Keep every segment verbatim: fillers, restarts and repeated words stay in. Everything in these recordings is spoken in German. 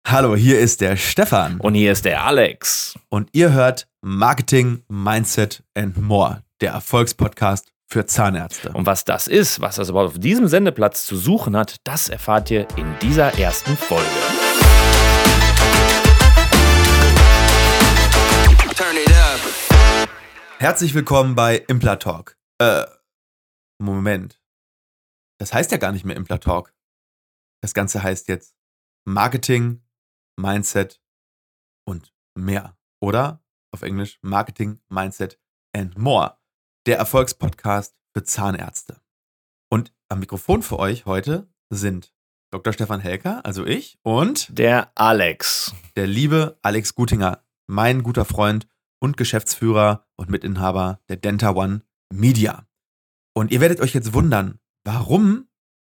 Hallo, hier ist der Stefan. Und hier ist der Alex. Und ihr hört Marketing, Mindset and More, der Erfolgspodcast für Zahnärzte. Und was das ist, was das überhaupt auf diesem Sendeplatz zu suchen hat, das erfahrt ihr in dieser ersten Folge. Turn it up. Herzlich willkommen bei Implatalk. Äh, Moment. Das heißt ja gar nicht mehr Implatalk. Das Ganze heißt jetzt Marketing, Mindset und mehr. Oder auf Englisch Marketing, Mindset and More. Der Erfolgspodcast für Zahnärzte. Und am Mikrofon für euch heute sind Doktor Stefan Helker, also ich, und der Alex. Der liebe Alex Gutinger, mein guter Freund und Geschäftsführer und Mitinhaber der DentaOne Media. Und ihr werdet euch jetzt wundern, warum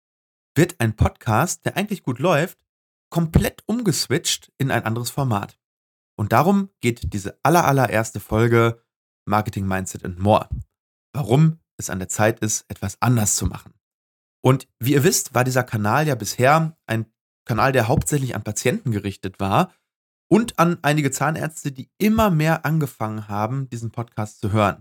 wird ein Podcast, der eigentlich gut läuft, komplett umgeswitcht in ein anderes Format. Und darum geht diese aller, allererste Folge Marketing, Mindset and More. Warum es an der Zeit ist, etwas anders zu machen. Und wie ihr wisst, war dieser Kanal ja bisher ein Kanal, der hauptsächlich an Patienten gerichtet war und an einige Zahnärzte, die immer mehr angefangen haben, diesen Podcast zu hören.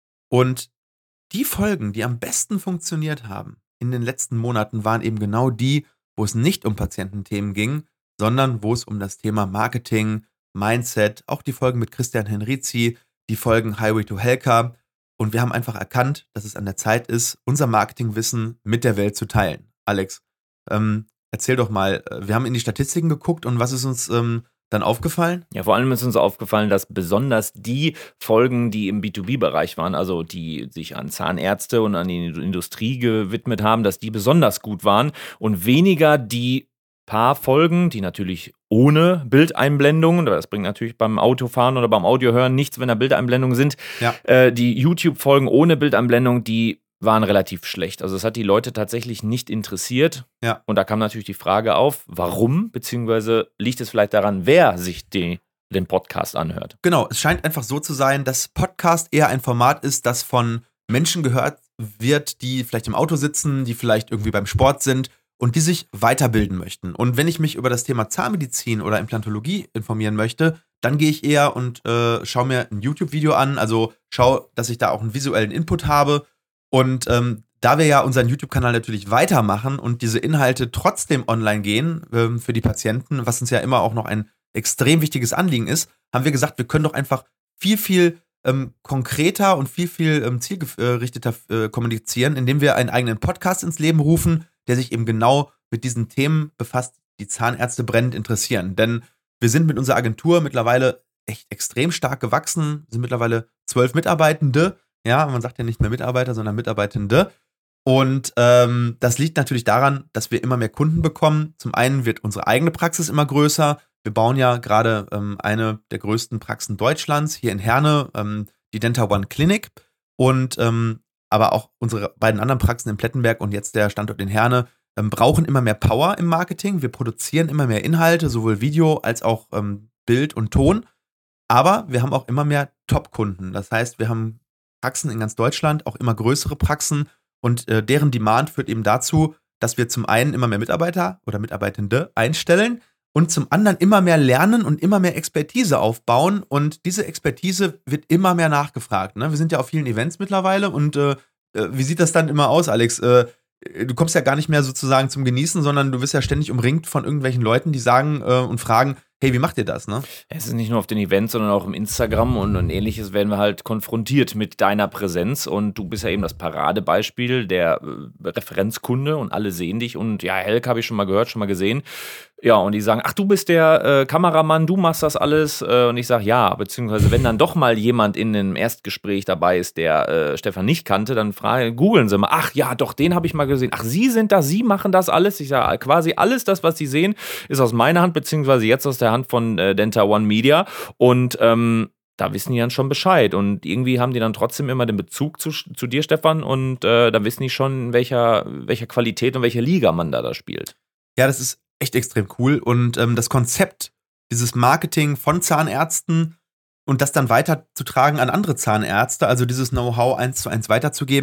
Und die Folgen, die am besten funktioniert haben in den letzten Monaten, waren eben genau die, wo es nicht um Patiententhemen ging, sondern wo es um das Thema Marketing, Mindset, auch die Folgen mit Christian Henrizi, die Folgen Highway to Helker. Und wir haben einfach erkannt, dass es an der Zeit ist, unser Marketingwissen mit der Welt zu teilen. Alex, ähm, erzähl doch mal, wir haben in die Statistiken geguckt und was ist uns ähm, dann aufgefallen? Ja, vor allem ist uns aufgefallen, dass besonders die Folgen, die im B zwei B-Bereich waren, also die sich an Zahnärzte und an die Industrie gewidmet haben, dass die besonders gut waren und weniger die paar Folgen, die natürlich ohne Bildeinblendungen, das bringt natürlich beim Autofahren oder beim Audiohören nichts, wenn da Bildeinblendungen sind, ja. äh, die YouTube-Folgen ohne Bildeinblendung, die waren relativ schlecht. Also es hat die Leute tatsächlich nicht interessiert. Ja. Und da kam natürlich die Frage auf, warum, beziehungsweise liegt es vielleicht daran, wer sich die, den Podcast anhört? Genau, es scheint einfach so zu sein, dass Podcast eher ein Format ist, das von Menschen gehört wird, die vielleicht im Auto sitzen, die vielleicht irgendwie beim Sport sind und die sich weiterbilden möchten. Und wenn ich mich über das Thema Zahnmedizin oder Implantologie informieren möchte, dann gehe ich eher und äh, schaue mir ein YouTube-Video an, also schaue, dass ich da auch einen visuellen Input habe. Und ähm, da wir ja unseren YouTube-Kanal natürlich weitermachen und diese Inhalte trotzdem online gehen ähm, für die Patienten, was uns ja immer auch noch ein extrem wichtiges Anliegen ist, haben wir gesagt, wir können doch einfach viel, viel ähm, konkreter und viel, viel ähm, zielgerichteter äh, kommunizieren, indem wir einen eigenen Podcast ins Leben rufen, der sich eben genau mit diesen Themen befasst, die Zahnärzte brennend interessieren. Denn wir sind mit unserer Agentur mittlerweile echt extrem stark gewachsen, sind mittlerweile zwölf Mitarbeitende. Ja, man sagt ja nicht mehr Mitarbeiter, sondern Mitarbeitende. Und ähm, das liegt natürlich daran, dass wir immer mehr Kunden bekommen. Zum einen wird unsere eigene Praxis immer größer. Wir bauen ja gerade ähm, eine der größten Praxen Deutschlands hier in Herne, ähm, die DentaOne Clinic. Und ähm, aber auch unsere beiden anderen Praxen in Plettenberg und jetzt der Standort in Herne ähm, brauchen immer mehr Power im Marketing. Wir produzieren immer mehr Inhalte, sowohl Video als auch ähm, Bild und Ton. Aber wir haben auch immer mehr Top-Kunden. Das heißt, wir haben Praxen in ganz Deutschland, auch immer größere Praxen und äh, deren Demand führt eben dazu, dass wir zum einen immer mehr Mitarbeiter oder Mitarbeitende einstellen und zum anderen immer mehr lernen und immer mehr Expertise aufbauen und diese Expertise wird immer mehr nachgefragt. Ne? Wir sind ja auf vielen Events mittlerweile und äh, wie sieht das dann immer aus, Alex? Äh, du kommst ja gar nicht mehr sozusagen zum Genießen, sondern du wirst ja ständig umringt von irgendwelchen Leuten, die sagen äh, und fragen, hey, wie macht ihr das, ne? Es ist nicht nur auf den Events, sondern auch im Instagram und, und ähnliches werden wir halt konfrontiert mit deiner Präsenz und du bist ja eben das Paradebeispiel, der äh, Referenzkunde und alle sehen dich und ja, Helk habe ich schon mal gehört, schon mal gesehen. Ja, und die sagen, ach, du bist der äh, Kameramann, du machst das alles. Äh, und ich sage, ja, beziehungsweise wenn dann doch mal jemand in einem Erstgespräch dabei ist, der äh, Stefan nicht kannte, dann fragen, googeln sie mal, ach ja, doch, den habe ich mal gesehen. Ach, Sie sind das, Sie machen das alles. Ich sage, quasi alles das, was Sie sehen, ist aus meiner Hand, beziehungsweise jetzt aus der Hand von äh, DentaOne Media. Und ähm, da wissen die dann schon Bescheid. Und irgendwie haben die dann trotzdem immer den Bezug zu, zu dir, Stefan. Und äh, da wissen die schon, in welcher, welcher Qualität und welcher Liga man da, da spielt. Ja, das ist echt extrem cool. Und ähm, das Konzept, dieses Marketing von Zahnärzten und das dann weiterzutragen an andere Zahnärzte, also dieses Know-how eins zu eins weiterzugeben,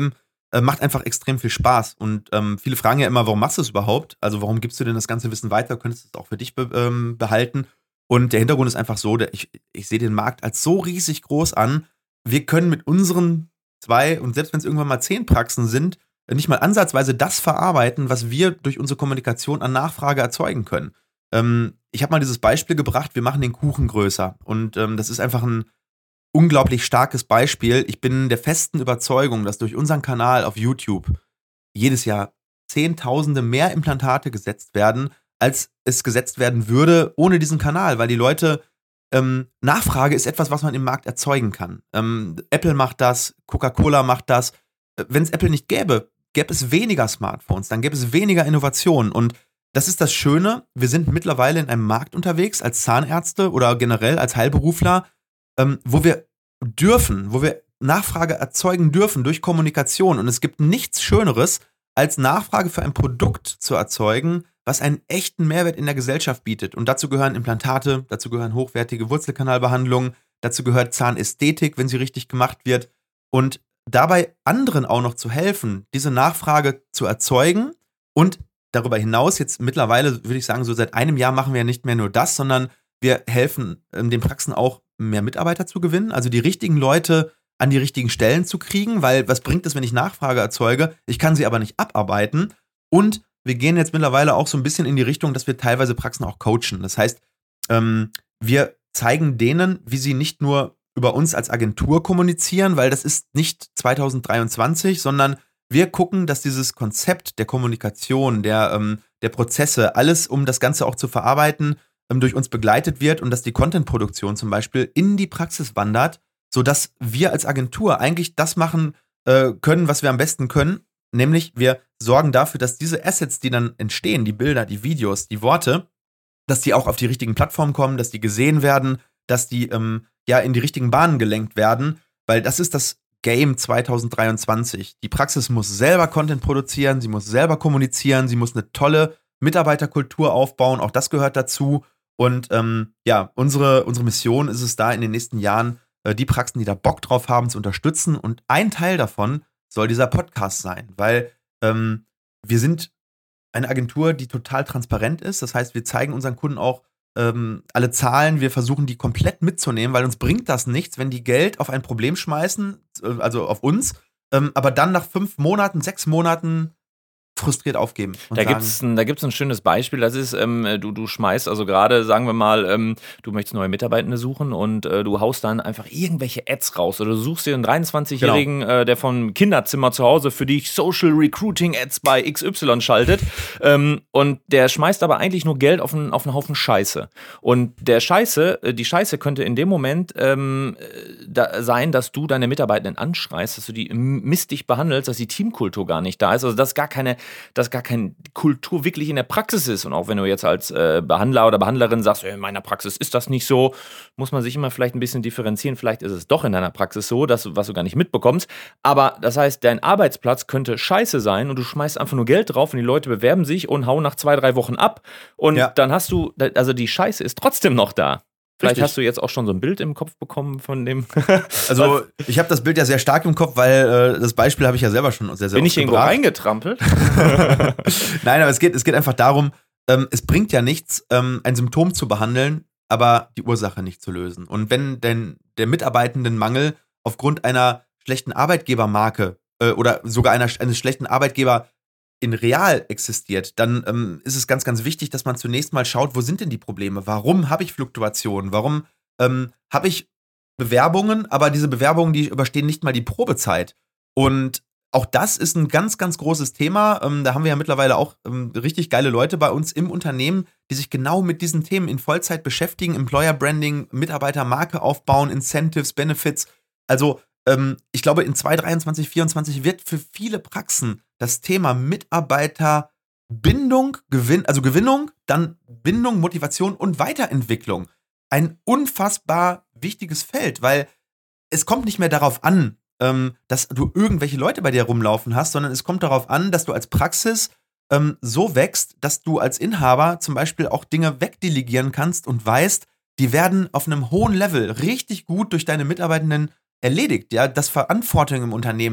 äh, macht einfach extrem viel Spaß. Und ähm, viele fragen ja immer, warum machst du es überhaupt? Also warum gibst du denn das ganze Wissen weiter? Könntest du es auch für dich be- ähm, behalten? Und der Hintergrund ist einfach so, der, ich, ich sehe den Markt als so riesig groß an. Wir können mit unseren zwei und selbst wenn es irgendwann mal zehn Praxen sind, nicht mal ansatzweise das verarbeiten, was wir durch unsere Kommunikation an Nachfrage erzeugen können. Ähm, ich habe mal dieses Beispiel gebracht, wir machen den Kuchen größer. Und ähm, das ist einfach ein unglaublich starkes Beispiel. Ich bin der festen Überzeugung, dass durch unseren Kanal auf YouTube jedes Jahr Zehntausende mehr Implantate gesetzt werden, als es gesetzt werden würde ohne diesen Kanal, weil die Leute, ähm, Nachfrage ist etwas, was man im Markt erzeugen kann. Ähm, Apple macht das, Coca-Cola macht das. Wenn es Apple nicht gäbe, gäbe es weniger Smartphones, dann gäbe es weniger Innovationen. Und das ist das Schöne, wir sind mittlerweile in einem Markt unterwegs als Zahnärzte oder generell als Heilberufler, ähm, wo wir dürfen, wo wir Nachfrage erzeugen dürfen durch Kommunikation. Und es gibt nichts Schöneres, als Nachfrage für ein Produkt zu erzeugen, was einen echten Mehrwert in der Gesellschaft bietet. Und dazu gehören Implantate, dazu gehören hochwertige Wurzelkanalbehandlungen, dazu gehört Zahnästhetik, wenn sie richtig gemacht wird. Und dabei anderen auch noch zu helfen, diese Nachfrage zu erzeugen. Und darüber hinaus, jetzt mittlerweile würde ich sagen, so seit einem Jahr machen wir ja nicht mehr nur das, sondern wir helfen ähm, den Praxen auch, mehr Mitarbeiter zu gewinnen, also die richtigen Leute an die richtigen Stellen zu kriegen, weil was bringt es, wenn ich Nachfrage erzeuge, ich kann sie aber nicht abarbeiten. Und wir gehen jetzt mittlerweile auch so ein bisschen in die Richtung, dass wir teilweise Praxen auch coachen. Das heißt, ähm, wir zeigen denen, wie sie nicht nur über uns als Agentur kommunizieren, weil das ist nicht zwanzig dreiundzwanzig, sondern wir gucken, dass dieses Konzept der Kommunikation, der, ähm, der Prozesse, alles, um das Ganze auch zu verarbeiten, ähm, durch uns begleitet wird und dass die Content-Produktion zum Beispiel in die Praxis wandert, sodass wir als Agentur eigentlich das machen äh, können, was wir am besten können, nämlich wir sorgen dafür, dass diese Assets, die dann entstehen, die Bilder, die Videos, die Worte, dass die auch auf die richtigen Plattformen kommen, dass die gesehen werden, dass die ähm, ja in die richtigen Bahnen gelenkt werden, weil das ist das Game zwanzig dreiundzwanzig. Die Praxis muss selber Content produzieren, sie muss selber kommunizieren, sie muss eine tolle Mitarbeiterkultur aufbauen, auch das gehört dazu. Und ähm, ja, unsere, unsere Mission ist es da in den nächsten Jahren, äh, die Praxen, die da Bock drauf haben, zu unterstützen. Und ein Teil davon soll dieser Podcast sein, weil ähm, wir sind eine Agentur, die total transparent ist. Das heißt, wir zeigen unseren Kunden auch ähm, alle Zahlen, wir versuchen die komplett mitzunehmen, weil uns bringt das nichts, wenn die Geld auf ein Problem schmeißen, äh, also auf uns, ähm, aber dann nach fünf Monaten, sechs Monaten frustriert aufgeben. Und Da sagen, gibt's ein, da gibt's ein schönes Beispiel, das ist, ähm, du, du schmeißt also gerade, sagen wir mal, ähm, du möchtest neue Mitarbeitende suchen und äh, du haust dann einfach irgendwelche Ads raus oder du suchst dir einen dreiundzwanzigjährigen, genau. äh, der vom Kinderzimmer zu Hause für dich Social Recruiting Ads bei X Y schaltet ähm, und der schmeißt aber eigentlich nur Geld auf einen, auf einen Haufen Scheiße. Und der Scheiße, äh, die Scheiße könnte in dem Moment ähm, da sein, dass du deine Mitarbeitenden anschreist, dass du die mistig behandelst, dass die Teamkultur gar nicht da ist, also dass gar keine dass gar keine Kultur wirklich in der Praxis ist. Und auch wenn du jetzt als äh, Behandler oder Behandlerin sagst, in meiner Praxis ist das nicht so, muss man sich immer vielleicht ein bisschen differenzieren. Vielleicht ist es doch in deiner Praxis so, dass du, was du gar nicht mitbekommst. Aber das heißt, dein Arbeitsplatz könnte scheiße sein und du schmeißt einfach nur Geld drauf und die Leute bewerben sich und hauen nach zwei, drei Wochen ab. Und ja. dann hast du, also die Scheiße ist trotzdem noch da. Vielleicht Richtig. Hast du jetzt auch schon so ein Bild im Kopf bekommen von dem. Also, ich habe das Bild ja sehr stark im Kopf, weil äh, das Beispiel habe ich ja selber schon sehr, sehr Bin oft ich irgendwo gebracht. reingetrampelt? Nein, aber es geht, es geht einfach darum, ähm, es bringt ja nichts, ähm, ein Symptom zu behandeln, aber die Ursache nicht zu lösen. Und wenn denn der Mitarbeitendenmangel aufgrund einer schlechten Arbeitgebermarke äh, oder sogar einer, eines schlechten Arbeitgeber in real existiert, dann ähm, ist es ganz, ganz wichtig, dass man zunächst mal schaut, wo sind denn die Probleme? Warum habe ich Fluktuationen? Warum ähm, habe ich Bewerbungen, aber diese Bewerbungen, die überstehen nicht mal die Probezeit? Und auch das ist ein ganz, ganz großes Thema. Ähm, da haben wir ja mittlerweile auch ähm, richtig geile Leute bei uns im Unternehmen, die sich genau mit diesen Themen in Vollzeit beschäftigen. Employer Branding, Mitarbeitermarke aufbauen, Incentives, Benefits. Also ähm, ich glaube, in zwanzig dreiundzwanzig, vierundzwanzig wird für viele Praxen das Thema Mitarbeiterbindung, Gewinn, also Gewinnung, dann Bindung, Motivation und Weiterentwicklung ein unfassbar wichtiges Feld, weil es kommt nicht mehr darauf an, ähm, dass du irgendwelche Leute bei dir rumlaufen hast, sondern es kommt darauf an, dass du als Praxis ähm, so wächst, dass du als Inhaber zum Beispiel auch Dinge wegdelegieren kannst und weißt, die werden auf einem hohen Level richtig gut durch deine Mitarbeitenden erledigt, ja, dass Verantwortung im Unternehmen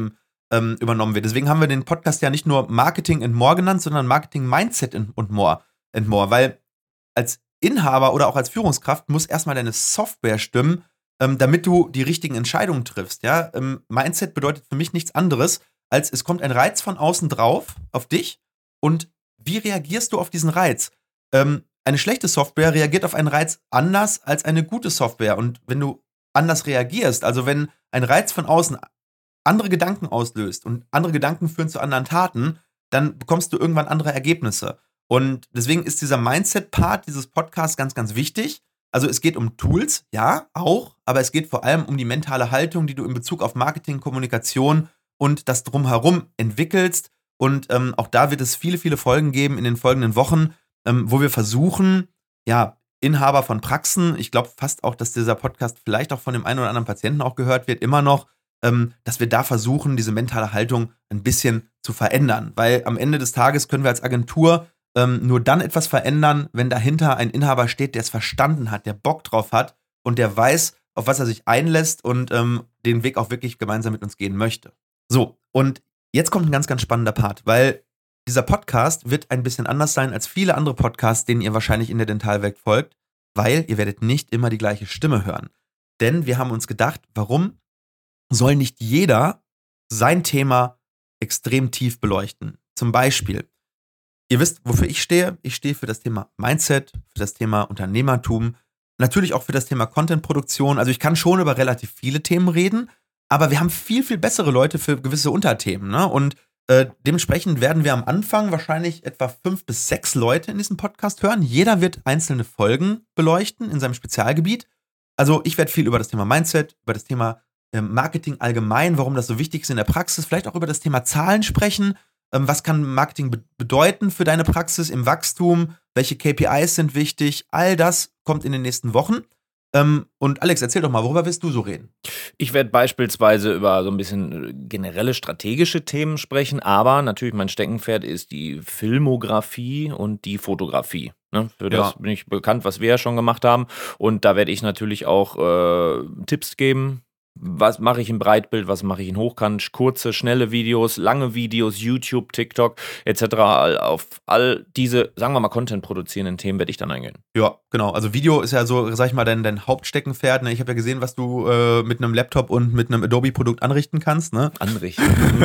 ähm, übernommen wird. Deswegen haben wir den Podcast ja nicht nur Marketing and More genannt, sondern Marketing Mindset und More and More, weil als Inhaber oder auch als Führungskraft muss erstmal deine Software stimmen, ähm, damit du die richtigen Entscheidungen triffst. Ja? Ähm, Mindset bedeutet für mich nichts anderes, als es kommt ein Reiz von außen drauf auf dich und wie reagierst du auf diesen Reiz? Ähm, eine schlechte Software reagiert auf einen Reiz anders als eine gute Software. Und wenn du anders reagierst, also wenn ein Reiz von außen andere Gedanken auslöst und andere Gedanken führen zu anderen Taten, dann bekommst du irgendwann andere Ergebnisse. Und deswegen ist dieser Mindset-Part dieses Podcasts ganz, ganz wichtig. Also es geht um Tools, ja, auch, aber es geht vor allem um die mentale Haltung, die du in Bezug auf Marketing, Kommunikation und das Drumherum entwickelst. Und ähm, auch da wird es viele, viele Folgen geben in den folgenden Wochen, ähm, wo wir versuchen, ja, Inhaber von Praxen, ich glaube fast auch, dass dieser Podcast vielleicht auch von dem einen oder anderen Patienten auch gehört wird, immer noch, ähm, dass wir da versuchen, diese mentale Haltung ein bisschen zu verändern. Weil am Ende des Tages können wir als Agentur ähm, nur dann etwas verändern, wenn dahinter ein Inhaber steht, der es verstanden hat, der Bock drauf hat und der weiß, auf was er sich einlässt und ähm, den Weg auch wirklich gemeinsam mit uns gehen möchte. So, und jetzt kommt ein ganz, ganz spannender Part, weil dieser Podcast wird ein bisschen anders sein als viele andere Podcasts, denen ihr wahrscheinlich in der Dentalwelt folgt, weil ihr werdet nicht immer die gleiche Stimme hören. Denn wir haben uns gedacht, warum soll nicht jeder sein Thema extrem tief beleuchten? Zum Beispiel, ihr wisst, wofür ich stehe. Ich stehe für das Thema Mindset, für das Thema Unternehmertum, natürlich auch für das Thema Contentproduktion. Also ich kann schon über relativ viele Themen reden, aber wir haben viel, viel bessere Leute für gewisse Unterthemen, ne? Und äh, dementsprechend werden wir am Anfang wahrscheinlich etwa fünf bis sechs Leute in diesem Podcast hören. Jeder wird einzelne Folgen beleuchten in seinem Spezialgebiet. Also ich werde viel über das Thema Mindset, über das Thema äh, Marketing allgemein, warum das so wichtig ist in der Praxis, vielleicht auch über das Thema Zahlen sprechen. Ähm, was kann Marketing be- bedeuten für deine Praxis im Wachstum? Welche K P Is sind wichtig? All das kommt in den nächsten Wochen. Ähm, und Alex, erzähl doch mal, worüber willst du so reden? Ich werde beispielsweise über so ein bisschen generelle strategische Themen sprechen, aber natürlich mein Steckenpferd ist die Filmografie und die Fotografie. Ne? Für das Ja. bin ich bekannt, was wir ja schon gemacht haben. Und da werde ich natürlich auch äh, Tipps geben. Was mache ich im Breitbild, was mache ich in Hochkant, kurze, schnelle Videos, lange Videos, YouTube, TikTok et cetera. Auf all diese, sagen wir mal, Content produzierenden Themen werde ich dann eingehen. Ja, genau. Also Video ist ja so, sag ich mal, dein, dein Hauptsteckenpferd. Ne? Ich habe ja gesehen, was du äh, mit einem Laptop und mit einem Adobe-Produkt anrichten kannst. Ne? Anrichten.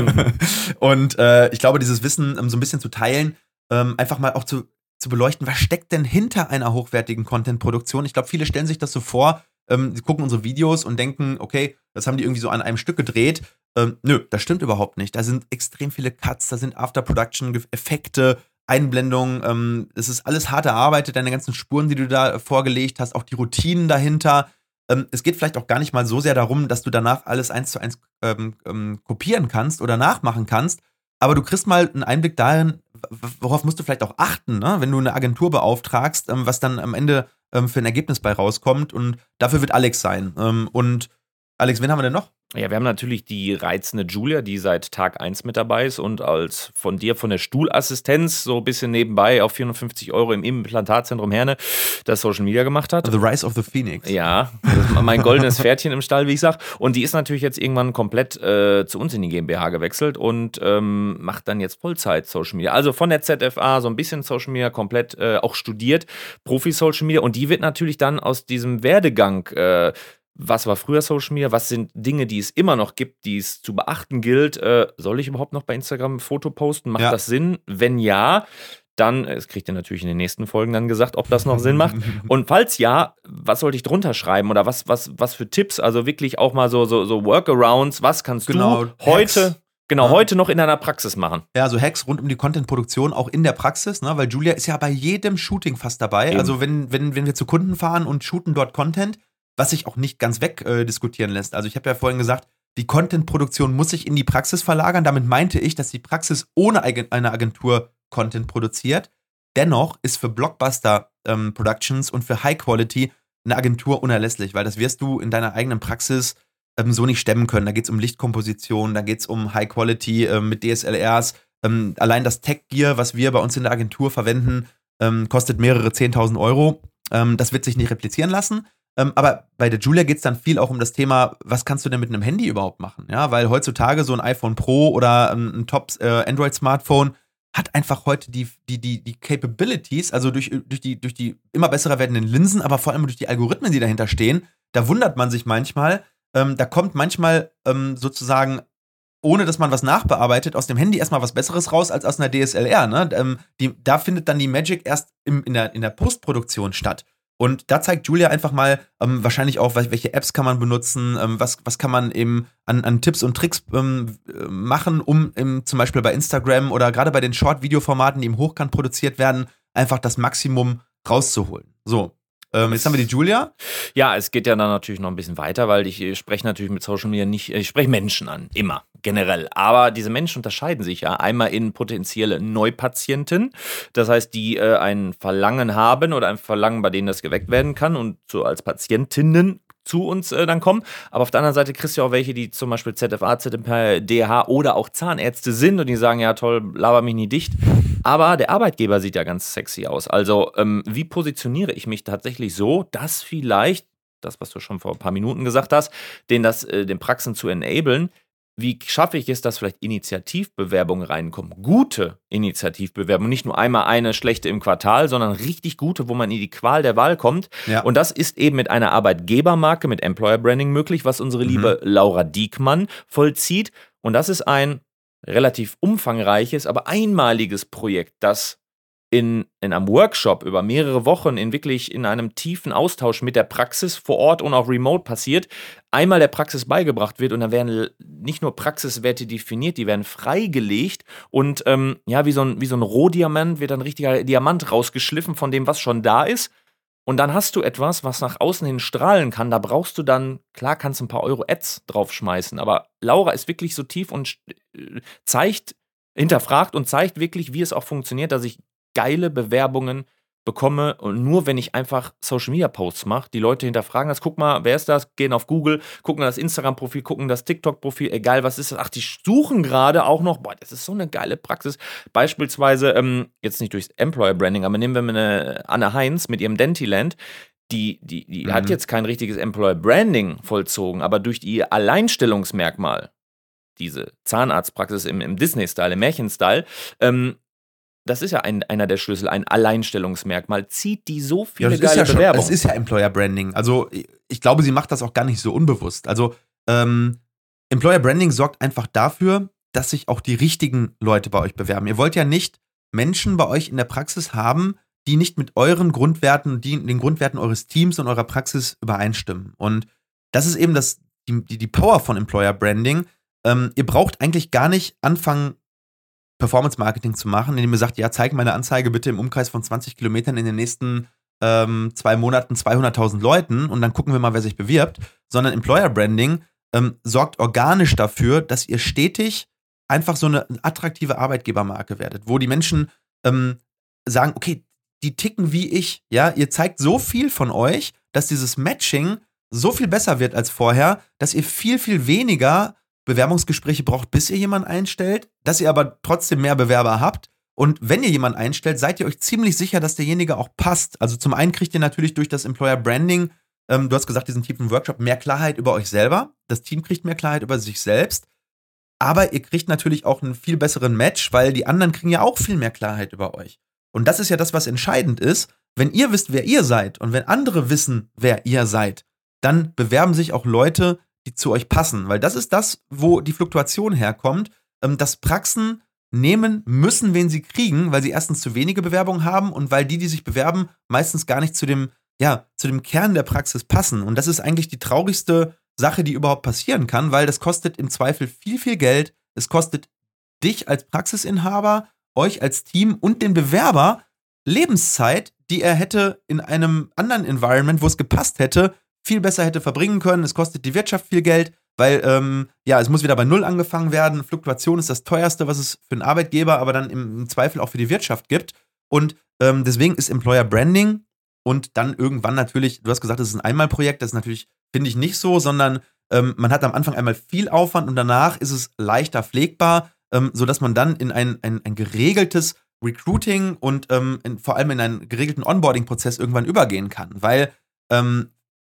Und äh, ich glaube, dieses Wissen ähm, so ein bisschen zu teilen, ähm, einfach mal auch zu, zu beleuchten, was steckt denn hinter einer hochwertigen Content-Produktion? Ich glaube, viele stellen sich das so vor, ähm, sie gucken unsere Videos und denken, okay, das haben die irgendwie so an einem Stück gedreht. Ähm, nö, das stimmt überhaupt nicht. Da sind extrem viele Cuts, da sind After-Production-Effekte, Einblendungen, ähm, es ist alles hart erarbeitet, deine ganzen Spuren, die du da vorgelegt hast, auch die Routinen dahinter. Ähm, es geht vielleicht auch gar nicht mal so sehr darum, dass du danach alles eins zu eins ähm, ähm, kopieren kannst oder nachmachen kannst, aber du kriegst mal einen Einblick darin, worauf musst du vielleicht auch achten, ne? Wenn du eine Agentur beauftragst, ähm, was dann am Ende ähm, für ein Ergebnis bei rauskommt, und dafür wird Alex sein. Ähm, und Alex, wen haben wir denn noch? Ja, wir haben natürlich die reizende Julia, die seit Tag eins mit dabei ist und als von dir von der Stuhlassistenz so ein bisschen nebenbei auf vierhundertfünfzig Euro im Implantatzentrum Herne das Social Media gemacht hat. The Rise of the Phoenix. Ja, das ist mein goldenes Pferdchen im Stall, wie ich sag. Und die ist natürlich jetzt irgendwann komplett äh, zu uns in die GmbH gewechselt und ähm, macht dann jetzt Vollzeit Social Media. Also von der Z F A so ein bisschen Social Media komplett äh, auch studiert, Profi-Social Media. Und die wird natürlich dann aus diesem Werdegang äh, was war früher Social Media, was sind Dinge, die es immer noch gibt, die es zu beachten gilt. Äh, soll ich überhaupt noch bei Instagram ein Foto posten? Macht Ja. das Sinn? Wenn ja, dann, das kriegt ihr natürlich in den nächsten Folgen dann gesagt, ob das noch Sinn macht. Und falls ja, was sollte ich drunter schreiben oder was, was, was für Tipps? Also wirklich auch mal so, so, so Workarounds, was kannst Genau, du heute, Hacks. genau, Ja. heute noch in deiner Praxis machen? Ja, so Hacks rund um die Content-Produktion, auch in der Praxis, ne? Weil Julia ist ja bei jedem Shooting fast dabei. Eben. Also wenn, wenn, wenn wir zu Kunden fahren und shooten dort Content, was sich auch nicht ganz weg äh, diskutieren lässt. Also ich habe ja vorhin gesagt, die Content-Produktion muss sich in die Praxis verlagern. Damit meinte ich, dass die Praxis ohne Ag- eine Agentur Content produziert. Dennoch ist für Blockbuster-Productions ähm, und für High-Quality eine Agentur unerlässlich, weil das wirst du in deiner eigenen Praxis ähm, so nicht stemmen können. Da geht es um Lichtkomposition, da geht es um High-Quality ähm, mit D S L Rs. Ähm, allein das Tech-Gear, was wir bei uns in der Agentur verwenden, ähm, kostet mehrere zehntausend Euro. Ähm, das wird sich nicht replizieren lassen. Ähm, aber bei der Julia geht es dann viel auch um das Thema, was kannst du denn mit einem Handy überhaupt machen? Ja, weil heutzutage so ein iPhone Pro oder ein, ein Top-Android-Smartphone hat einfach heute die, die, die, die Capabilities, also durch, durch, die, durch die immer besser werdenden Linsen, aber vor allem durch die Algorithmen, die dahinter stehen, da wundert man sich manchmal, ähm, da kommt manchmal ähm, sozusagen, ohne dass man was nachbearbeitet, aus dem Handy erstmal was Besseres raus als aus einer D S L R. Ne? Ähm, die, da findet dann die Magic erst im, in, der, in der Postproduktion statt. Und da zeigt Julia einfach mal ähm, wahrscheinlich auch, welche Apps kann man benutzen, ähm, was, was kann man eben an, an Tipps und Tricks ähm, machen, um im, zum Beispiel bei Instagram oder gerade bei den Short-Video-Formaten, die im Hochkant produziert werden, einfach das Maximum rauszuholen. So, ähm, jetzt haben wir die Julia. Ja, es geht ja dann natürlich noch ein bisschen weiter, weil ich äh, spreche natürlich mit Social Media nicht, ich spreche Menschen an, immer, generell. Aber diese Menschen unterscheiden sich ja einmal in potenzielle Neupatienten, das heißt, die äh, ein Verlangen haben oder ein Verlangen, bei denen das geweckt werden kann und so als Patientinnen zu uns äh, dann kommen. Aber auf der anderen Seite kriegst du ja auch welche, die zum Beispiel Z F A, Z M P, D H oder auch Zahnärzte sind und die sagen, ja toll, laber mich nie dicht. Aber der Arbeitgeber sieht ja ganz sexy aus. Also ähm, wie positioniere ich mich tatsächlich so, dass vielleicht, das was du schon vor ein paar Minuten gesagt hast, den, das, äh, den Praxen zu enablen, wie schaffe ich es, dass vielleicht Initiativbewerbungen reinkommen? Gute Initiativbewerbungen, nicht nur einmal eine schlechte im Quartal, sondern richtig gute, wo man in die Qual der Wahl kommt. Ja. Und das ist eben mit einer Arbeitgebermarke, mit Employer Branding möglich, was unsere Mhm. liebe Laura Diekmann vollzieht. Und das ist ein relativ umfangreiches, aber einmaliges Projekt, das in, in einem Workshop über mehrere Wochen in wirklich in einem tiefen Austausch mit der Praxis vor Ort und auch remote passiert, einmal der Praxis beigebracht wird und dann werden nicht nur Praxiswerte definiert, die werden freigelegt und ähm, ja, wie so ein, wie so ein Rohdiamant wird ein richtiger Diamant rausgeschliffen von dem, was schon da ist. Und dann hast du etwas, was nach außen hin strahlen kann. Da brauchst du dann, klar kannst du ein paar Euro-Ads draufschmeißen, aber Laura ist wirklich so tief und äh, zeigt, hinterfragt und zeigt wirklich, wie es auch funktioniert, dass ich geile Bewerbungen bekomme und nur wenn ich einfach Social-Media-Posts mache, die Leute hinterfragen das, guck mal, wer ist das, gehen auf Google, gucken das Instagram-Profil, gucken das TikTok-Profil, egal was ist das, ach, die suchen gerade auch noch, boah, das ist so eine geile Praxis, beispielsweise, ähm, jetzt nicht durchs Employer-Branding, aber nehmen wir mal eine Anne Heinz mit ihrem Dentiland, die, die, die Mhm. hat jetzt kein richtiges Employer-Branding vollzogen, aber durch ihr Alleinstellungsmerkmal, diese Zahnarztpraxis im, im Disney-Style, im Märchen-Style, ähm, das ist ja ein, einer der Schlüssel, ein Alleinstellungsmerkmal. Zieht die so viele ja, das geile ist ja Bewerbungen. Schon, das ist ja Employer Branding. Also ich glaube, sie macht das auch gar nicht so unbewusst. Also ähm, Employer Branding sorgt einfach dafür, dass sich auch die richtigen Leute bei euch bewerben. Ihr wollt ja nicht Menschen bei euch in der Praxis haben, die nicht mit euren Grundwerten, die den Grundwerten eures Teams und eurer Praxis übereinstimmen. Und das ist eben das, die, die, die Power von Employer Branding. Ähm, ihr braucht eigentlich gar nicht anfangen, Performance-Marketing zu machen, indem ihr sagt, ja, zeig meine Anzeige bitte im Umkreis von zwanzig Kilometern in den nächsten ähm, zwei Monaten zweihunderttausend Leuten und dann gucken wir mal, wer sich bewirbt, sondern Employer Branding ähm, sorgt organisch dafür, dass ihr stetig einfach so eine attraktive Arbeitgebermarke werdet, wo die Menschen ähm, sagen, okay, die ticken wie ich, ja, ihr zeigt so viel von euch, dass dieses Matching so viel besser wird als vorher, dass ihr viel, viel weniger Bewerbungsgespräche braucht, bis ihr jemanden einstellt, dass ihr aber trotzdem mehr Bewerber habt. Und wenn ihr jemanden einstellt, seid ihr euch ziemlich sicher, dass derjenige auch passt. Also zum einen kriegt ihr natürlich durch das Employer Branding, ähm, du hast gesagt, diesen tiefen Workshop, mehr Klarheit über euch selber. Das Team kriegt mehr Klarheit über sich selbst. Aber ihr kriegt natürlich auch einen viel besseren Match, weil die anderen kriegen ja auch viel mehr Klarheit über euch. Und das ist ja das, was entscheidend ist. Wenn ihr wisst, wer ihr seid und wenn andere wissen, wer ihr seid, dann bewerben sich auch Leute, die zu euch passen, weil das ist das, wo die Fluktuation herkommt, ähm, dass Praxen nehmen müssen, wen sie kriegen, weil sie erstens zu wenige Bewerbungen haben und weil die, die sich bewerben, meistens gar nicht zu dem, ja, zu dem Kern der Praxis passen. Und das ist eigentlich die traurigste Sache, die überhaupt passieren kann, weil das kostet im Zweifel viel, viel Geld. Es kostet dich als Praxisinhaber, euch als Team und den Bewerber Lebenszeit, die er hätte in einem anderen Environment, wo es gepasst hätte, viel besser hätte verbringen können. Es kostet die Wirtschaft viel Geld, weil ähm, ja, es muss wieder bei Null angefangen werden. Fluktuation ist das teuerste, was es für einen Arbeitgeber, aber dann im, im Zweifel auch für die Wirtschaft gibt. Und ähm, deswegen ist Employer Branding und dann irgendwann natürlich, du hast gesagt, das ist ein Einmalprojekt, das ist natürlich, finde ich, nicht so, sondern ähm, man hat am Anfang einmal viel Aufwand und danach ist es leichter pflegbar, ähm, sodass man dann in ein, ein, ein geregeltes Recruiting und ähm, in, vor allem in einen geregelten Onboarding-Prozess irgendwann übergehen kann. Weil ähm,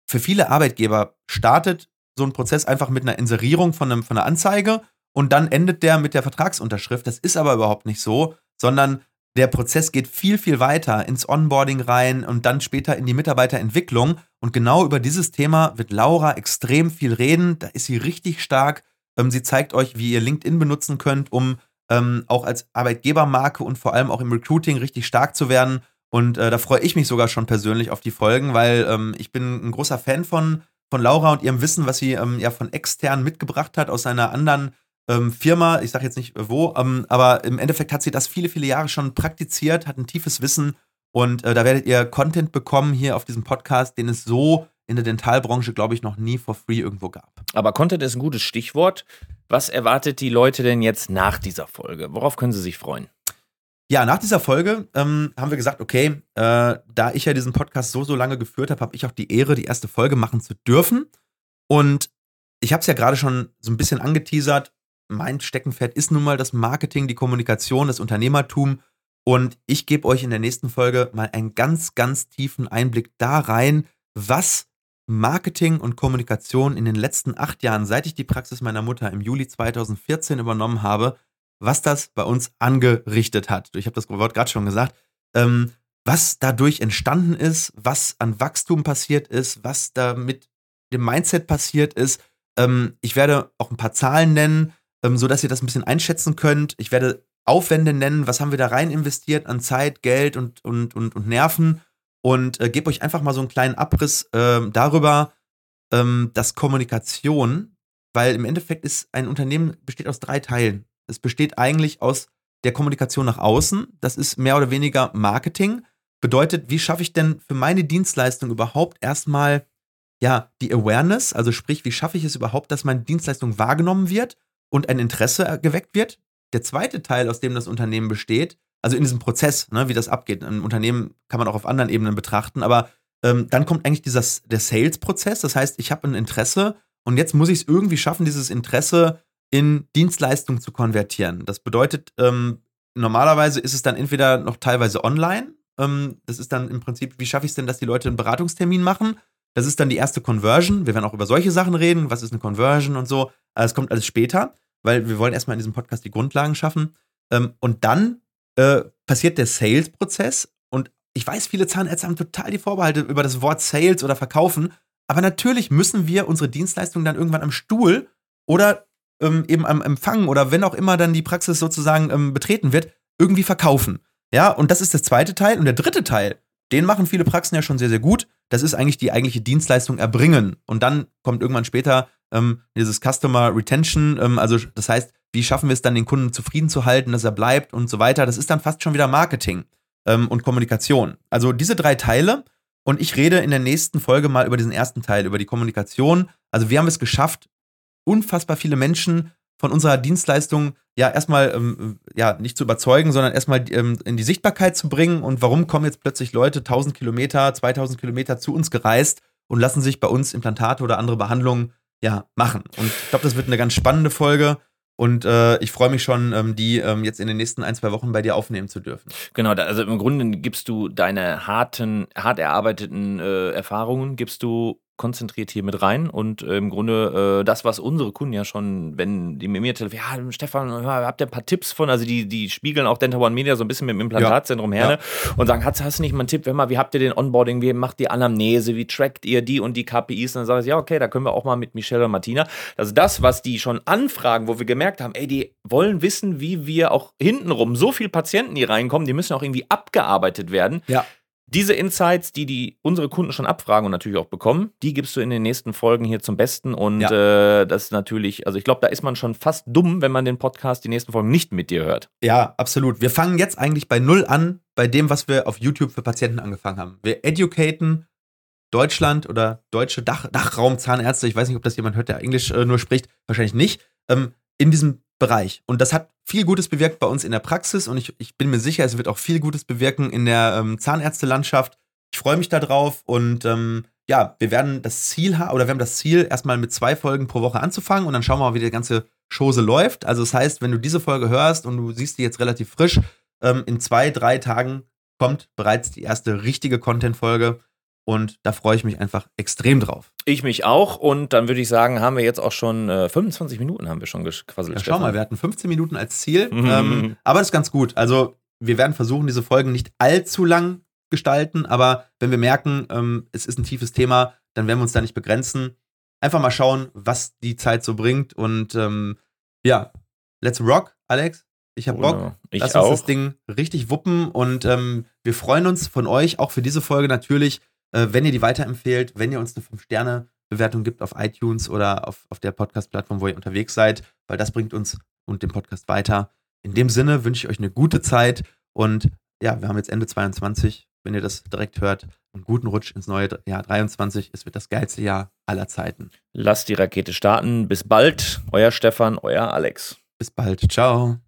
für viele Arbeitgeber startet so ein Prozess einfach mit einer Inserierung von, einem, von einer Anzeige und dann endet der mit der Vertragsunterschrift. Das ist aber überhaupt nicht so, sondern der Prozess geht viel, viel weiter ins Onboarding rein und dann später in die Mitarbeiterentwicklung. Und genau über dieses Thema wird Laura extrem viel reden. Da ist sie richtig stark. Ähm, sie zeigt euch, wie ihr LinkedIn benutzen könnt, um ähm, auch als Arbeitgebermarke und vor allem auch im Recruiting richtig stark zu werden. Und äh, da freue ich mich sogar schon persönlich auf die Folgen, weil ähm, ich bin ein großer Fan von, von Laura und ihrem Wissen, was sie ähm, ja von extern mitgebracht hat aus einer anderen ähm, Firma. Ich sage jetzt nicht äh, wo, ähm, aber im Endeffekt hat sie das viele, viele Jahre schon praktiziert, hat ein tiefes Wissen und äh, da werdet ihr Content bekommen hier auf diesem Podcast, den es so in der Dentalbranche, glaube ich, noch nie for free irgendwo gab. Aber Content ist ein gutes Stichwort. Was erwartet die Leute denn jetzt nach dieser Folge? Worauf können sie sich freuen? Ja, nach dieser Folge ähm, haben wir gesagt, okay, äh, da ich ja diesen Podcast so, so lange geführt habe, habe ich auch die Ehre, die erste Folge machen zu dürfen. Und ich habe es ja gerade schon so ein bisschen angeteasert. Mein Steckenpferd ist nun mal das Marketing, die Kommunikation, das Unternehmertum. Und ich gebe euch in der nächsten Folge mal einen ganz, ganz tiefen Einblick da rein, was Marketing und Kommunikation in den letzten acht Jahren, seit ich die Praxis meiner Mutter im Juli zweitausendvierzehn übernommen habe, was das bei uns angerichtet hat. Ich habe das Wort gerade schon gesagt. Ähm, was dadurch entstanden ist, was an Wachstum passiert ist, was da mit dem Mindset passiert ist. Ähm, ich werde auch ein paar Zahlen nennen, ähm, sodass ihr das ein bisschen einschätzen könnt. Ich werde Aufwände nennen, was haben wir da rein investiert an Zeit, Geld und, und, und, und Nerven und äh, gebe euch einfach mal so einen kleinen Abriss äh, darüber, ähm, dass Kommunikation, weil im Endeffekt ist ein Unternehmen besteht aus drei Teilen. Es besteht eigentlich aus der Kommunikation nach außen. Das ist mehr oder weniger Marketing. Bedeutet, wie schaffe ich denn für meine Dienstleistung überhaupt erstmal ja, die Awareness? Also sprich, wie schaffe ich es überhaupt, dass meine Dienstleistung wahrgenommen wird und ein Interesse geweckt wird? Der zweite Teil, aus dem das Unternehmen besteht, also in diesem Prozess, ne, wie das abgeht. Ein Unternehmen kann man auch auf anderen Ebenen betrachten, aber ähm, dann kommt eigentlich dieser, der Sales-Prozess. Das heißt, ich habe ein Interesse und jetzt muss ich es irgendwie schaffen, dieses Interesse in Dienstleistung zu konvertieren. Das bedeutet, ähm, normalerweise ist es dann entweder noch teilweise online. Ähm, das ist dann im Prinzip, wie schaffe ich es denn, dass die Leute einen Beratungstermin machen? Das ist dann die erste Conversion. Wir werden auch über solche Sachen reden. Was ist eine Conversion und so? Das kommt alles später, weil wir wollen erstmal in diesem Podcast die Grundlagen schaffen. Ähm, und dann äh, passiert der Sales-Prozess. Und ich weiß, viele Zahnärzte haben total die Vorbehalte über das Wort Sales oder Verkaufen. Aber natürlich müssen wir unsere Dienstleistung dann irgendwann am Stuhl oder ähm, eben am Empfang oder wenn auch immer dann die Praxis sozusagen ähm, betreten wird, irgendwie verkaufen. Ja, und das ist das zweite Teil. Und der dritte Teil, den machen viele Praxen ja schon sehr, sehr gut. Das ist eigentlich die eigentliche Dienstleistung erbringen. Und dann kommt irgendwann später ähm, dieses Customer Retention. Ähm, also das heißt, wie schaffen wir es dann, den Kunden zufrieden zu halten, dass er bleibt und so weiter. Das ist dann fast schon wieder Marketing ähm, und Kommunikation. Also diese drei Teile. Und ich rede in der nächsten Folge mal über diesen ersten Teil, über die Kommunikation. Also wir haben es geschafft, unfassbar viele Menschen von unserer Dienstleistung ja erstmal ähm, ja, nicht zu überzeugen, sondern erstmal ähm, in die Sichtbarkeit zu bringen. Und warum kommen jetzt plötzlich Leute tausend Kilometer, zweitausend Kilometer zu uns gereist und lassen sich bei uns Implantate oder andere Behandlungen ja, machen? Und ich glaube, das wird eine ganz spannende Folge. Und äh, ich freue mich schon, ähm, die ähm, jetzt in den nächsten ein, zwei Wochen bei dir aufnehmen zu dürfen. Genau, da, also im Grunde gibst du deine harten, hart erarbeiteten äh, Erfahrungen, gibst du konzentriert hier mit rein und äh, im Grunde äh, das, was unsere Kunden ja schon, wenn die mit mir telefonieren, ja, Stefan, habt ihr ein paar Tipps von, also die, die spiegeln auch Dental One Media so ein bisschen mit dem Implantatzentrum ja. Herne ja. und sagen, hast, hast du nicht mal einen Tipp, wenn mal, wie habt ihr den Onboarding, wie macht die Anamnese, wie trackt ihr die und die K P Is? Und dann sage ich, ja, okay, da können wir auch mal mit Michelle und Martina, also das, was die schon anfragen, wo wir gemerkt haben, ey, die wollen wissen, wie wir auch hintenrum so viele Patienten, die reinkommen, die müssen auch irgendwie abgearbeitet werden. Ja. Diese Insights, die, die unsere Kunden schon abfragen und natürlich auch bekommen, die gibst du in den nächsten Folgen hier zum Besten. Und ja. äh, das ist natürlich, also ich glaube, da ist man schon fast dumm, wenn man den Podcast, die nächsten Folgen nicht mit dir hört. Ja, absolut. Wir fangen jetzt eigentlich bei Null an, bei dem, was wir auf YouTube für Patienten angefangen haben. Wir educaten Deutschland oder deutsche Dach, Dachraum-Zahnärzte, ich weiß nicht, ob das jemand hört, der Englisch äh, nur spricht, wahrscheinlich nicht, ähm, in diesem Bereich. Und das hat viel Gutes bewirkt bei uns in der Praxis und ich, ich bin mir sicher, es wird auch viel Gutes bewirken in der ähm, Zahnärztelandschaft. Ich freue mich da drauf und ähm, ja, wir werden das Ziel haben, oder wir haben das Ziel, erstmal mit zwei Folgen pro Woche anzufangen und dann schauen wir mal, wie die ganze Chose läuft. Also das heißt, wenn du diese Folge hörst und du siehst die jetzt relativ frisch, ähm, in zwei, drei Tagen kommt bereits die erste richtige Content-Folge Und da freue ich mich einfach extrem drauf. Ich mich auch. Und dann würde ich sagen, haben wir jetzt auch schon äh, fünfundzwanzig Minuten haben wir schon gequasselt. Ja, schau mal, wir hatten fünfzehn Minuten als Ziel. Mhm. Ähm, aber das ist ganz gut. Also wir werden versuchen, diese Folgen nicht allzu lang gestalten. Aber wenn wir merken, ähm, es ist ein tiefes Thema, dann werden wir uns da nicht begrenzen. Einfach mal schauen, was die Zeit so bringt. Und ähm, ja, let's rock, Alex. Ich hab Bock. Ich Lass auch. uns das Ding richtig wuppen. Und ähm, wir freuen uns von euch, auch für diese Folge natürlich, äh, wenn ihr die weiterempfehlt, wenn ihr uns eine fünf Sterne Bewertung gibt auf iTunes oder auf, auf der Podcast-Plattform, wo ihr unterwegs seid, weil das bringt uns und den Podcast weiter. In dem Sinne wünsche ich euch eine gute Zeit und ja, wir haben jetzt Ende zweiundzwanzig, wenn ihr das direkt hört, einen guten Rutsch ins neue Jahr dreiundzwanzig. Es wird das geilste Jahr aller Zeiten. Lasst die Rakete starten. Bis bald. Euer Stefan, euer Alex. Bis bald. Ciao.